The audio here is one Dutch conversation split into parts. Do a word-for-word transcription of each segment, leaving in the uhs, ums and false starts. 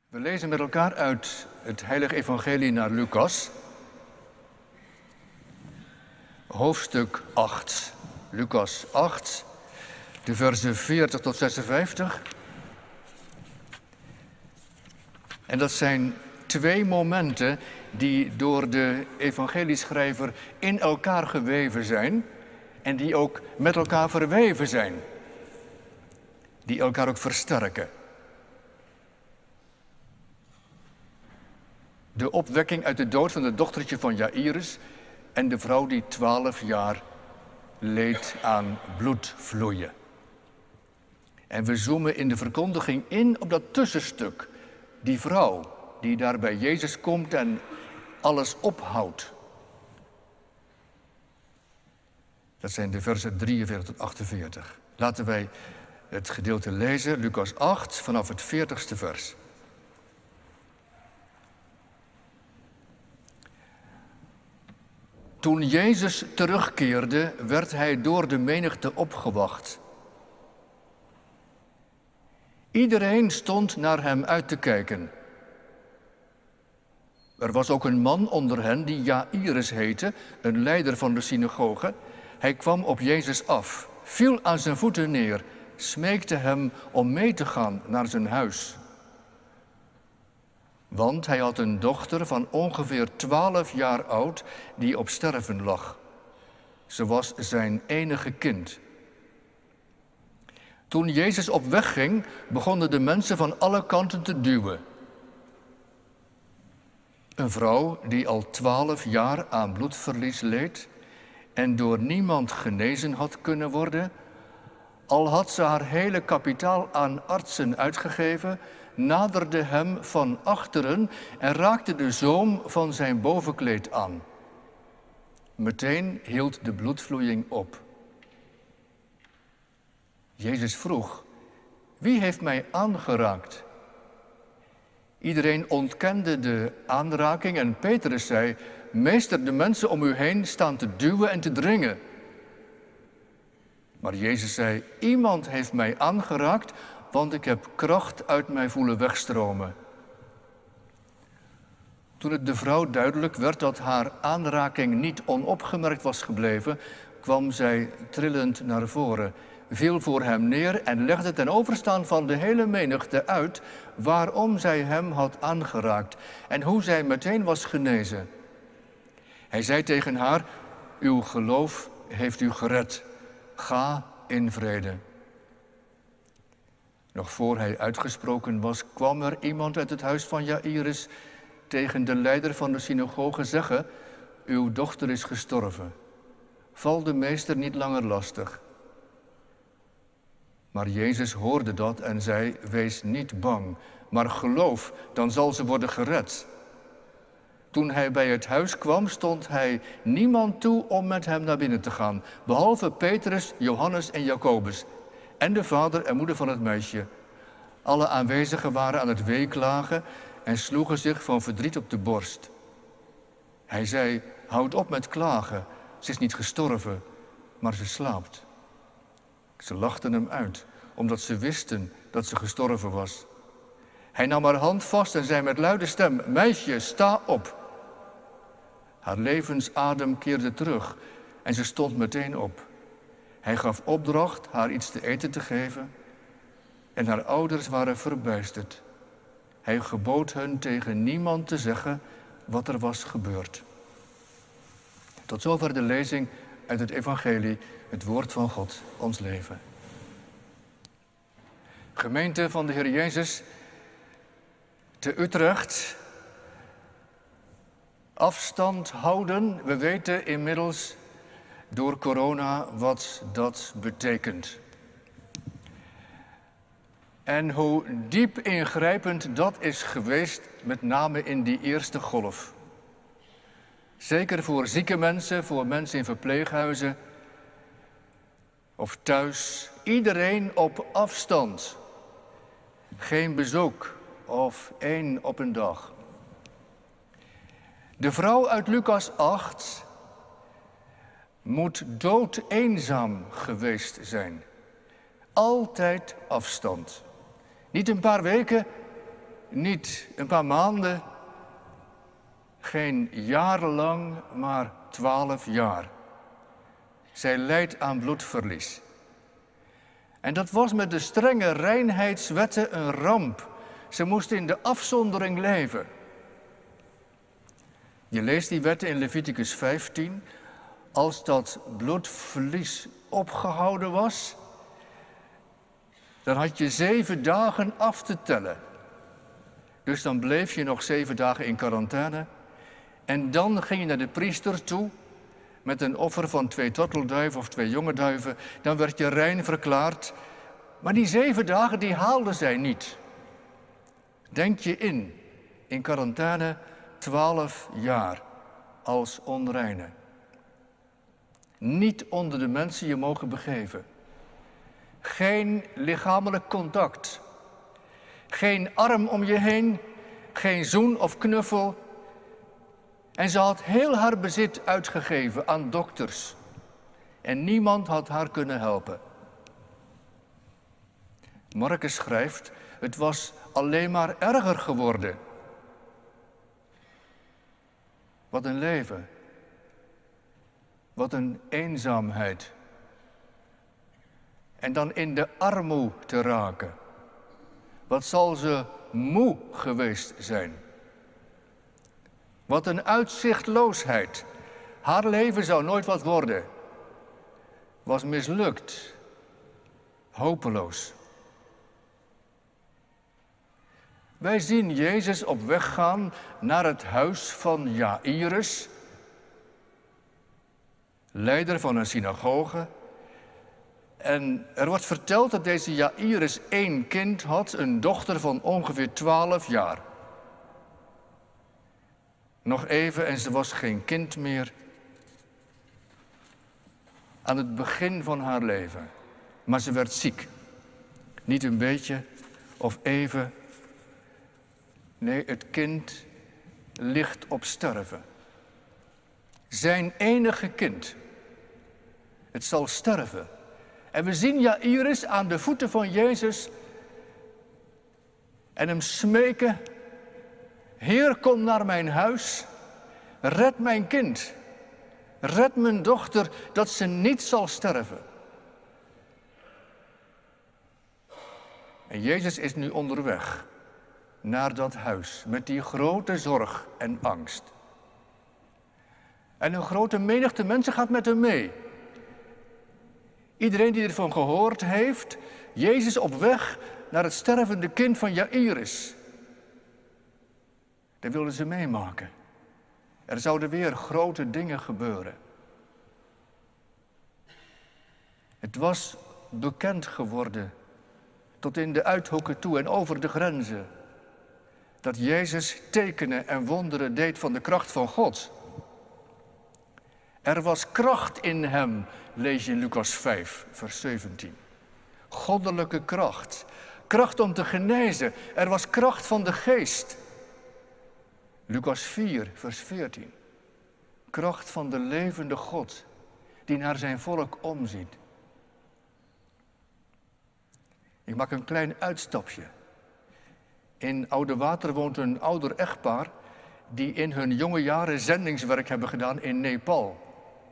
We lezen met elkaar uit het Heilige Evangelie naar Lucas, hoofdstuk acht. Lucas acht, de versen veertig tot zesenvijftig. En dat zijn twee momenten die door de evangelieschrijver in elkaar geweven zijn en die ook met elkaar verweven zijn. Die elkaar ook versterken. De opwekking uit de dood van het dochtertje van Jaïrus en de vrouw die twaalf jaar leed aan bloedvloeien. En we zoomen in de verkondiging in op dat tussenstuk. Die vrouw die daar bij Jezus komt en alles ophoudt. Dat zijn de versen drieënveertig tot achtenveertig. Laten wij het gedeelte lezen, Lucas acht, vanaf het veertigste vers. Toen Jezus terugkeerde, werd hij door de menigte opgewacht. Iedereen stond naar hem uit te kijken. Er was ook een man onder hen die Jaïrus heette, een leider van de synagoge. Hij kwam op Jezus af, viel aan zijn voeten neer, smeekte hem om mee te gaan naar zijn huis. Want hij had een dochter van ongeveer twaalf jaar oud die op sterven lag. Ze was zijn enige kind. Toen Jezus op weg ging, begonnen de mensen van alle kanten te duwen. Een vrouw die al twaalf jaar aan bloedverlies leed en door niemand genezen had kunnen worden, al had ze haar hele kapitaal aan artsen uitgegeven, naderde hem van achteren en raakte de zoom van zijn bovenkleed aan. Meteen hield de bloedvloeiing op. Jezus vroeg, wie heeft mij aangeraakt? Iedereen ontkende de aanraking en Petrus zei, meester, de mensen om u heen staan te duwen en te dringen. Maar Jezus zei, iemand heeft mij aangeraakt, want ik heb kracht uit mij voelen wegstromen. Toen het de vrouw duidelijk werd dat haar aanraking niet onopgemerkt was gebleven, kwam zij trillend naar voren, viel voor hem neer en legde ten overstaan van de hele menigte uit waarom zij hem had aangeraakt en hoe zij meteen was genezen. Hij zei tegen haar, uw geloof heeft u gered. Ga in vrede. Nog voor hij uitgesproken was, kwam er iemand uit het huis van Jaïrus tegen de leider van de synagoge zeggen, uw dochter is gestorven. Val de meester niet langer lastig. Maar Jezus hoorde dat en zei, wees niet bang, maar geloof, dan zal ze worden gered. Toen hij bij het huis kwam, stond hij niemand toe om met hem naar binnen te gaan, behalve Petrus, Johannes en Jacobus en de vader en moeder van het meisje. Alle aanwezigen waren aan het weeklagen en sloegen zich van verdriet op de borst. Hij zei, houd op met klagen, ze is niet gestorven, maar ze slaapt. Ze lachten hem uit, omdat ze wisten dat ze gestorven was. Hij nam haar hand vast en zei met luide stem, meisje, sta op. Haar levensadem keerde terug en ze stond meteen op. Hij gaf opdracht haar iets te eten te geven en haar ouders waren verbijsterd. Hij gebood hun tegen niemand te zeggen wat er was gebeurd. Tot zover de lezing uit het Evangelie, het woord van God, ons leven. Gemeente van de Heer Jezus te Utrecht. Afstand houden, we weten inmiddels door corona wat dat betekent. En hoe diep ingrijpend dat is geweest, met name in die eerste golf. Zeker voor zieke mensen, voor mensen in verpleeghuizen of thuis. Iedereen op afstand. Geen bezoek of één op een dag. De vrouw uit Lucas acht moet doodeenzaam geweest zijn. Altijd afstand. Niet een paar weken, Niet een paar maanden, geen jarenlang, maar twaalf jaar. Zij lijdt aan bloedverlies. En dat was met de strenge reinheidswetten een ramp. Ze moest in de afzondering leven. Je leest die wetten in Leviticus vijftien. Als dat bloedverlies opgehouden was, dan had je zeven dagen af te tellen. Dus dan bleef je nog zeven dagen in quarantaine. En dan ging je naar de priester toe met een offer van twee tortelduiven of twee jonge duiven. Dan werd je rein verklaard. Maar die zeven dagen die haalden zij niet. Denk je in, in quarantaine twaalf jaar als onreine. Niet onder de mensen je mogen begeven. Geen lichamelijk contact. Geen arm om je heen, geen zoen of knuffel. En ze had heel haar bezit uitgegeven aan dokters. En niemand had haar kunnen helpen. Marcus schrijft, het was alleen maar erger geworden. Wat een leven. Wat een eenzaamheid. En dan in de armoe te raken. Wat zal ze moe geweest zijn. Wat een uitzichtloosheid. Haar leven zou nooit wat worden. Was mislukt. Hopeloos. Wij zien Jezus op weg gaan naar het huis van Jaïrus, leider van een synagoge. En er wordt verteld dat deze Jaïrus één kind had, een dochter van ongeveer twaalf jaar. Nog even en ze was geen kind meer. Aan het begin van haar leven. Maar ze werd ziek. Niet een beetje of even. Nee, het kind ligt op sterven. Zijn enige kind. Het zal sterven. En we zien Jaïrus aan de voeten van Jezus en hem smeken: Heer, kom naar mijn huis, red mijn kind, red mijn dochter, dat ze niet zal sterven. En Jezus is nu onderweg naar dat huis met die grote zorg en angst. En een grote menigte mensen gaat met hem mee. Iedereen die ervan gehoord heeft, Jezus op weg naar het stervende kind van Jaïrus. Daar wilden ze meemaken. Er zouden weer grote dingen gebeuren. Het was bekend geworden, tot in de uithoeken toe en over de grenzen, dat Jezus tekenen en wonderen deed van de kracht van God. Er was kracht in hem, lees je in Lucas vijf, vers zeventien. Goddelijke kracht. Kracht om te genezen. Er was kracht van de geest. Lucas vier, vers veertien. Kracht van de levende God, die naar zijn volk omziet. Ik maak een klein uitstapje. In Oudewater woont een ouder echtpaar die in hun jonge jaren zendingswerk hebben gedaan in Nepal.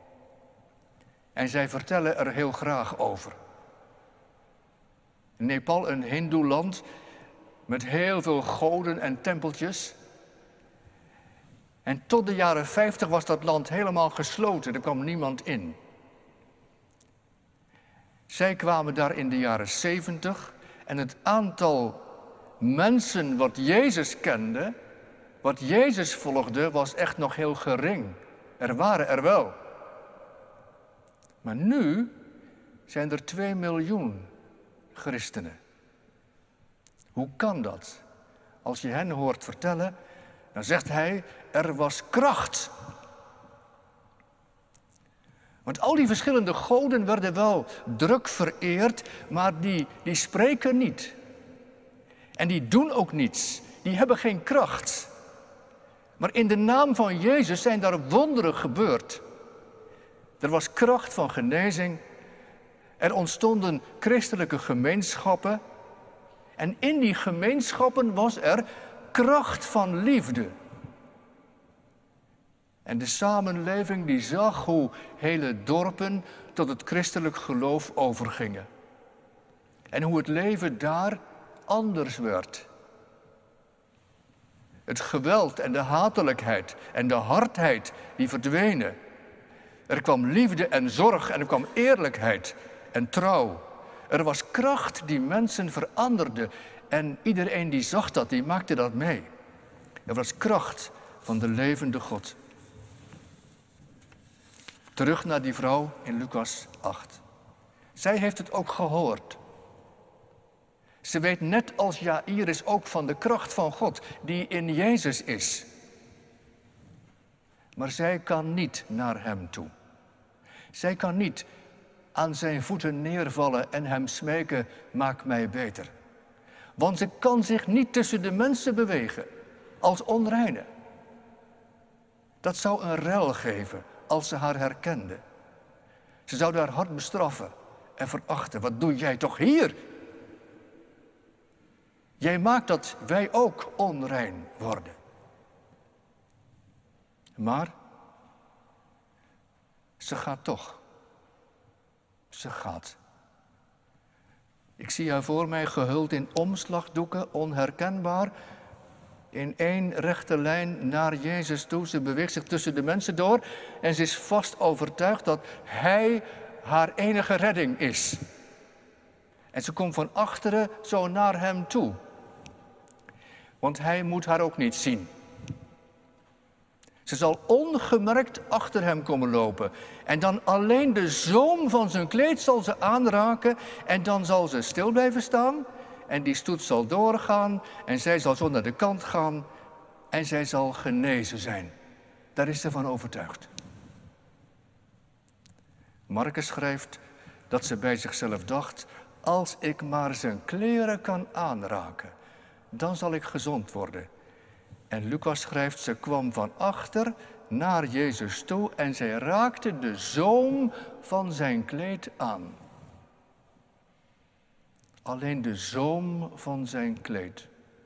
En zij vertellen er heel graag over. Nepal, een hindoeland met heel veel goden en tempeltjes. En tot de jaren vijftig was dat land helemaal gesloten, er kwam niemand in. Zij kwamen daar in de jaren zeventig en het aantal mensen wat Jezus kende, wat Jezus volgde, was echt nog heel gering. Er waren er wel. Maar nu zijn er twee miljoen christenen. Hoe kan dat? Als je hen hoort vertellen, dan zegt hij, er was kracht. Want al die verschillende goden werden wel druk vereerd, maar die, die spreken niet. En die doen ook niets. Die hebben geen kracht. Maar in de naam van Jezus zijn daar wonderen gebeurd. Er was kracht van genezing. Er ontstonden christelijke gemeenschappen. En in die gemeenschappen was er kracht van liefde. En de samenleving die zag hoe hele dorpen tot het christelijk geloof overgingen. En hoe het leven daar anders werd. Het geweld en de hatelijkheid en de hardheid die verdwenen. Er kwam liefde en zorg en er kwam eerlijkheid en trouw. Er was kracht die mensen veranderde en iedereen die zag dat, die maakte dat mee. Er was kracht van de levende God. Terug naar die vrouw in Lucas acht. Zij heeft het ook gehoord. Ze weet net als Jaïrus ook van de kracht van God die in Jezus is. Maar zij kan niet naar hem toe. Zij kan niet aan zijn voeten neervallen en hem smeken, maak mij beter. Want ze kan zich niet tussen de mensen bewegen als onreine. Dat zou een rel geven als ze haar herkende. Ze zou haar hard bestraffen en verachten. Wat doe jij toch hier? Jij maakt dat wij ook onrein worden. Maar ze gaat toch. Ze gaat. Ik zie haar voor mij gehuld in omslagdoeken, onherkenbaar. In één rechte lijn naar Jezus toe. Ze beweegt zich tussen de mensen door. En ze is vast overtuigd dat Hij haar enige redding is. En ze komt van achteren zo naar hem toe. Want hij moet haar ook niet zien. Ze zal ongemerkt achter hem komen lopen. En dan alleen de zoom van zijn kleed zal ze aanraken. En dan zal ze stil blijven staan. En die stoet zal doorgaan. En zij zal zo naar de kant gaan. En zij zal genezen zijn. Daar is ze van overtuigd. Marcus schrijft dat ze bij zichzelf dacht: als ik maar zijn kleren kan aanraken, dan zal ik gezond worden. En Lucas schrijft, ze kwam van achter naar Jezus toe en zij raakte de zoom van zijn kleed aan. Alleen de zoom van zijn kleed.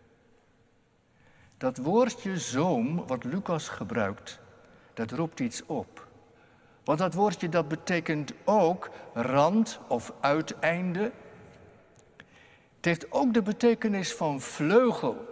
Dat woordje zoom, wat Lucas gebruikt, dat roept iets op. Want dat woordje dat betekent ook rand of uiteinde. Het heeft ook de betekenis van vleugel.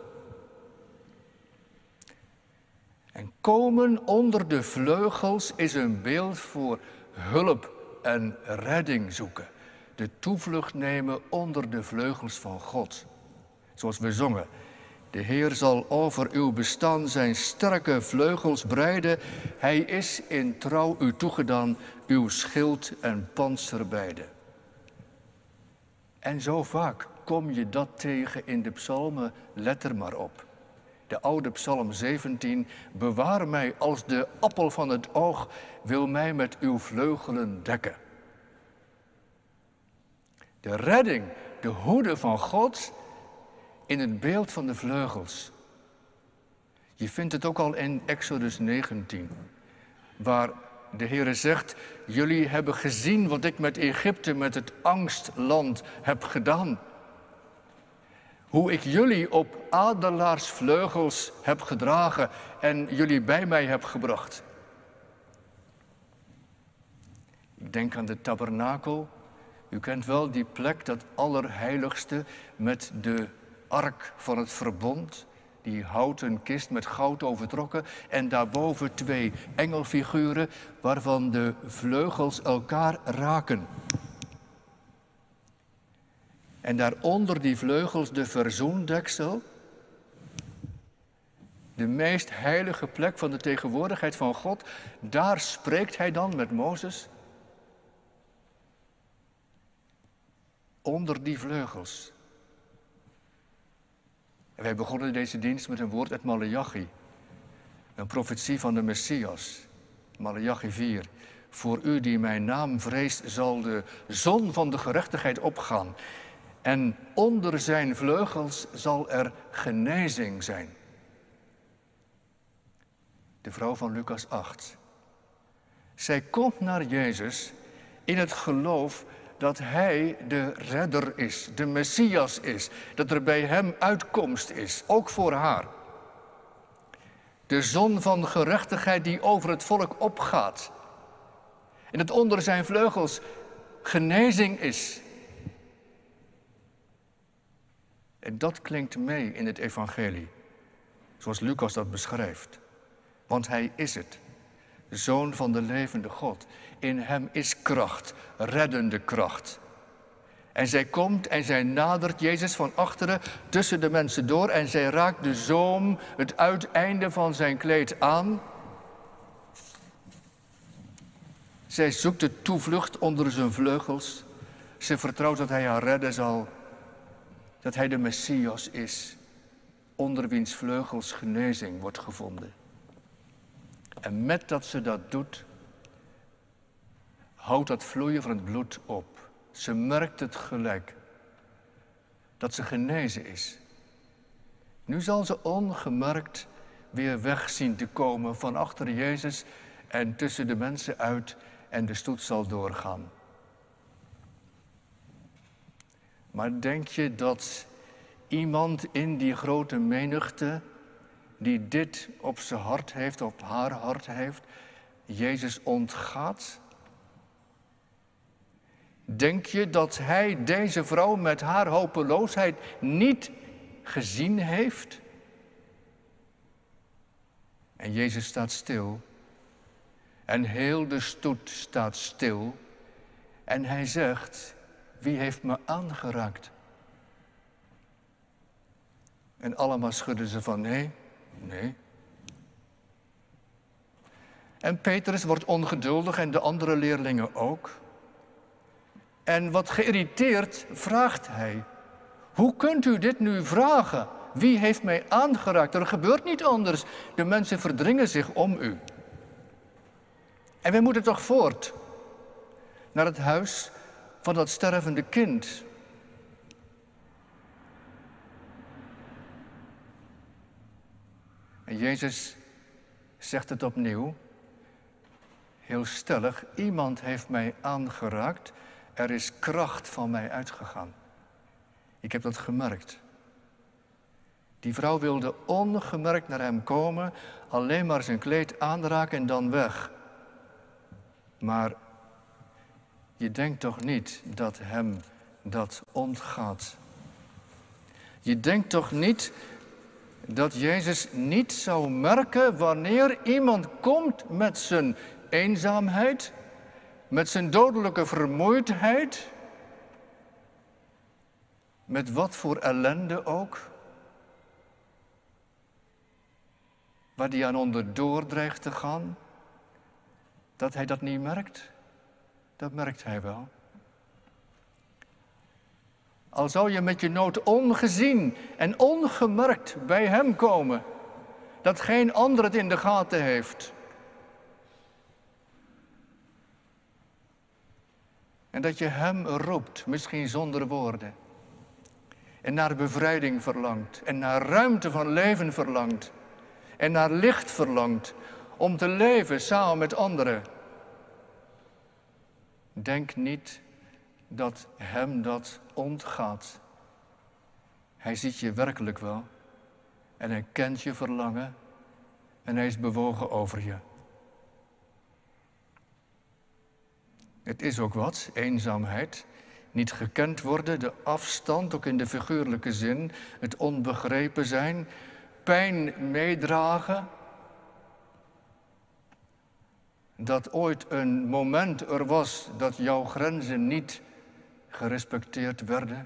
En komen onder de vleugels is een beeld voor hulp en redding zoeken. De toevlucht nemen onder de vleugels van God. Zoals we zongen. De Heer zal over uw bestaan zijn sterke vleugels breiden. Hij is in trouw u toegedaan, uw schild en pantser beide. En zo vaak kom je dat tegen in de psalmen, let er maar op. De oude psalm zeventien, bewaar mij als de appel van het oog, wil mij met uw vleugelen dekken. De redding, de hoede van God in het beeld van de vleugels. Je vindt het ook al in Exodus negentien, waar de Heere zegt, jullie hebben gezien wat ik met Egypte, met het angstland heb gedaan. Hoe ik jullie op adelaarsvleugels heb gedragen en jullie bij mij heb gebracht. Ik denk aan de tabernakel. U kent wel die plek, dat allerheiligste met de ark van het verbond. Die houten kist met goud overtrokken en daarboven twee engelfiguren waarvan de vleugels elkaar raken. En daaronder die vleugels de verzoendeksel, de meest heilige plek van de tegenwoordigheid van God. Daar spreekt hij dan met Mozes. Onder die vleugels. En wij begonnen deze dienst met een woord uit Maleachi. Een profetie van de Messias. Maleachi vier. Voor u die mijn naam vreest zal de zon van de gerechtigheid opgaan. En onder zijn vleugels zal er genezing zijn. De vrouw van Lucas acht. Zij komt naar Jezus in het geloof dat hij de redder is, de Messias is. Dat er bij hem uitkomst is, ook voor haar. De zon van gerechtigheid die over het volk opgaat. En dat onder zijn vleugels genezing is. En dat klinkt mee in het evangelie. Zoals Lucas dat beschrijft. Want hij is het. De Zoon van de levende God. In hem is kracht, reddende kracht. En zij komt en zij nadert Jezus van achteren tussen de mensen door. En zij raakt de zoom, het uiteinde van zijn kleed aan. Zij zoekt de toevlucht onder zijn vleugels. Ze vertrouwt dat hij haar redden zal. Dat hij de Messias is. Onder wiens vleugels genezing wordt gevonden. En met dat ze dat doet, houdt dat vloeien van het bloed op. Ze merkt het gelijk. Dat ze genezen is. Nu zal ze ongemerkt weer weg zien te komen van achter Jezus en tussen de mensen uit en de stoet zal doorgaan. Maar denk je dat iemand in die grote menigte die dit op zijn hart heeft, op haar hart heeft, Jezus ontgaat? Denk je dat hij deze vrouw met haar hopeloosheid niet gezien heeft? En Jezus staat stil. En heel de stoet staat stil. En hij zegt, wie heeft me aangeraakt? En allemaal schudden ze van nee, nee. En Petrus wordt ongeduldig en de andere leerlingen ook. En wat geïrriteerd vraagt hij, hoe kunt u dit nu vragen? Wie heeft mij aangeraakt? Er gebeurt niet anders. De mensen verdringen zich om u. En wij moeten toch voort naar het huis van dat stervende kind. En Jezus zegt het opnieuw, heel stellig, iemand heeft mij aangeraakt, er is kracht van mij uitgegaan. Ik heb dat gemerkt. Die vrouw wilde ongemerkt naar hem komen, alleen maar zijn kleed aanraken en dan weg. Maar je denkt toch niet dat hem dat ontgaat. Je denkt toch niet dat Jezus niet zou merken wanneer iemand komt met zijn eenzaamheid, met zijn dodelijke vermoeidheid, met wat voor ellende ook, waar hij aan onderdoor dreigt te gaan, dat hij dat niet merkt? Dat merkt hij wel. Al zou je met je nood ongezien en ongemerkt bij hem komen, dat geen ander het in de gaten heeft. En dat je hem roept, misschien zonder woorden. En naar bevrijding verlangt. En naar ruimte van leven verlangt. En naar licht verlangt. Om te leven samen met anderen. Denk niet dat hem dat ontgaat. Hij ziet je werkelijk wel. En hij kent je verlangen. En hij is bewogen over je. Het is ook wat, eenzaamheid. Niet gekend worden, de afstand, ook in de figuurlijke zin. Het onbegrepen zijn, pijn meedragen. Dat ooit een moment er was dat jouw grenzen niet gerespecteerd werden.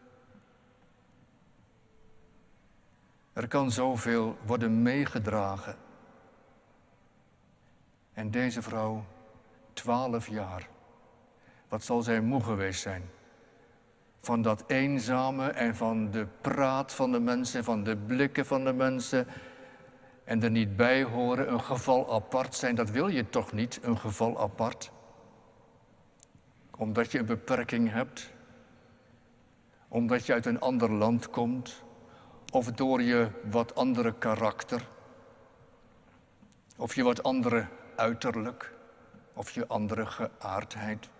Er kan zoveel worden meegedragen. En deze vrouw, twaalf jaar. Wat zal zij moe geweest zijn? Van dat eenzame en van de praat van de mensen, van de blikken van de mensen. En er niet bij horen, een geval apart zijn, dat wil je toch niet, een geval apart? Omdat je een beperking hebt. Omdat je uit een ander land komt. Of door je wat andere karakter. Of je wat andere uiterlijk. Of je andere geaardheid.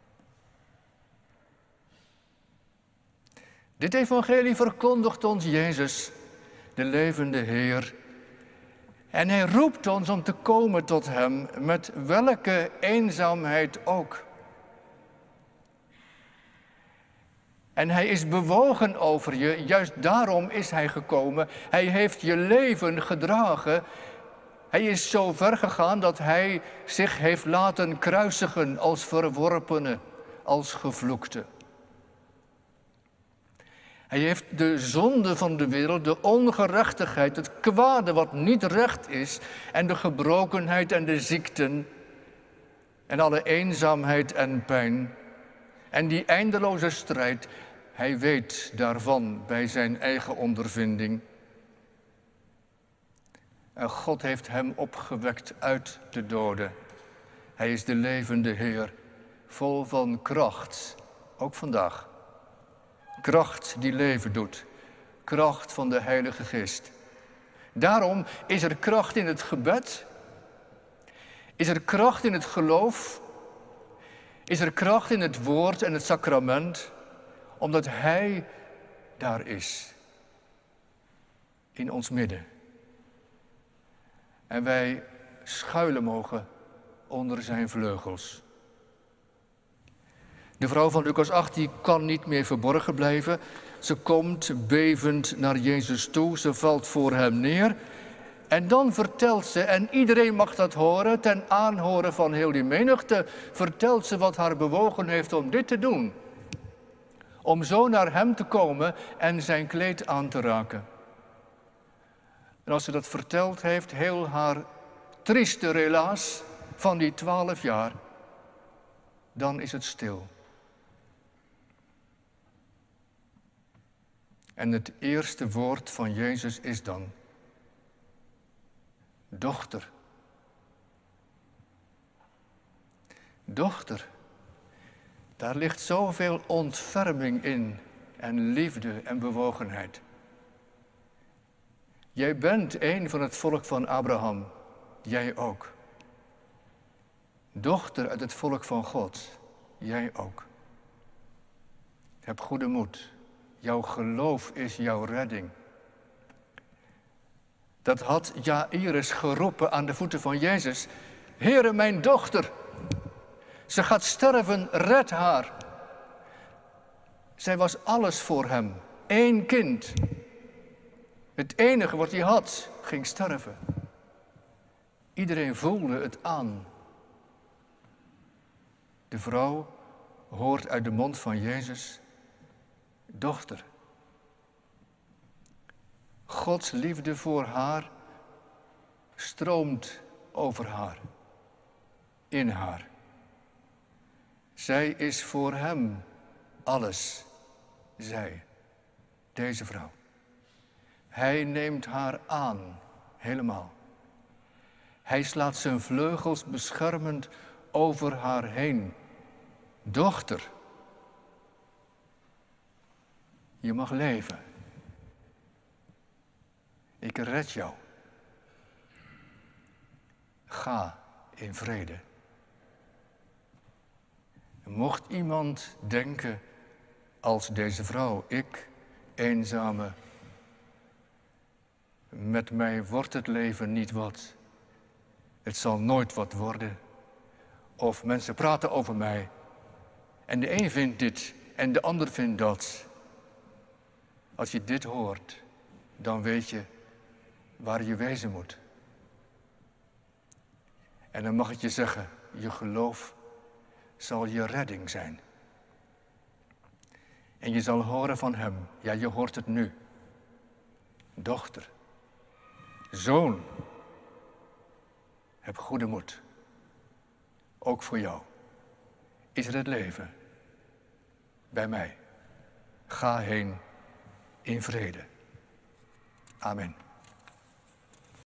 Dit evangelie verkondigt ons Jezus, de levende Heer, En hij roept ons om te komen tot hem met welke eenzaamheid ook. En hij is bewogen over je, juist daarom is hij gekomen. Hij heeft je leven gedragen. Hij is zo ver gegaan dat hij zich heeft laten kruisigen als verworpene, als gevloekte. Hij heeft de zonde van de wereld, de ongerechtigheid, het kwade wat niet recht is, en de gebrokenheid en de ziekten, en alle eenzaamheid en pijn, en die eindeloze strijd, hij weet daarvan bij zijn eigen ondervinding. En God heeft hem opgewekt uit de doden. Hij is de levende Heer, vol van kracht, ook vandaag. Kracht die leven doet, kracht van de Heilige Geest. Daarom is er kracht in het gebed, is er kracht in het geloof, is er kracht in het woord en het sacrament, omdat Hij daar is, in ons midden. En wij schuilen mogen onder zijn vleugels. De vrouw van Lucas acht die kan niet meer verborgen blijven. Ze komt bevend naar Jezus toe, ze valt voor hem neer. En dan vertelt ze, en iedereen mag dat horen, ten aanhoren van heel die menigte, vertelt ze wat haar bewogen heeft om dit te doen. Om zo naar hem te komen en zijn kleed aan te raken. En als ze dat verteld heeft, heel haar trieste relaas van die twaalf jaar, dan is het stil. En het eerste woord van Jezus is dan: dochter. Dochter, daar ligt zoveel ontferming in en liefde en bewogenheid. Jij bent een van het volk van Abraham, jij ook. Dochter uit het volk van God, jij ook. Heb goede moed, jouw geloof is jouw redding. Dat had Jairus geroepen aan de voeten van Jezus. Heere, mijn dochter, ze gaat sterven, red haar. Zij was alles voor hem, één kind. Het enige wat hij had, ging sterven. Iedereen voelde het aan. De vrouw hoort uit de mond van Jezus: dochter. Gods liefde voor haar stroomt over haar, in haar. Zij is voor hem alles, zij, deze vrouw. Hij neemt haar aan, helemaal. Hij slaat zijn vleugels beschermend over haar heen. Dochter, je mag leven. Ik red jou. Ga in vrede. Mocht iemand denken als deze vrouw, ik, eenzame, met mij wordt het leven niet wat. Het zal nooit wat worden. Of mensen praten over mij. En de een vindt dit en de ander vindt dat. Als je dit hoort, dan weet je waar je wezen moet. En dan mag ik je zeggen, je geloof zal je redding zijn. En je zal horen van hem, ja, je hoort het nu. Dochter, zoon, heb goede moed. Ook voor jou is er het leven bij mij. Ga heen in vrede. Amen.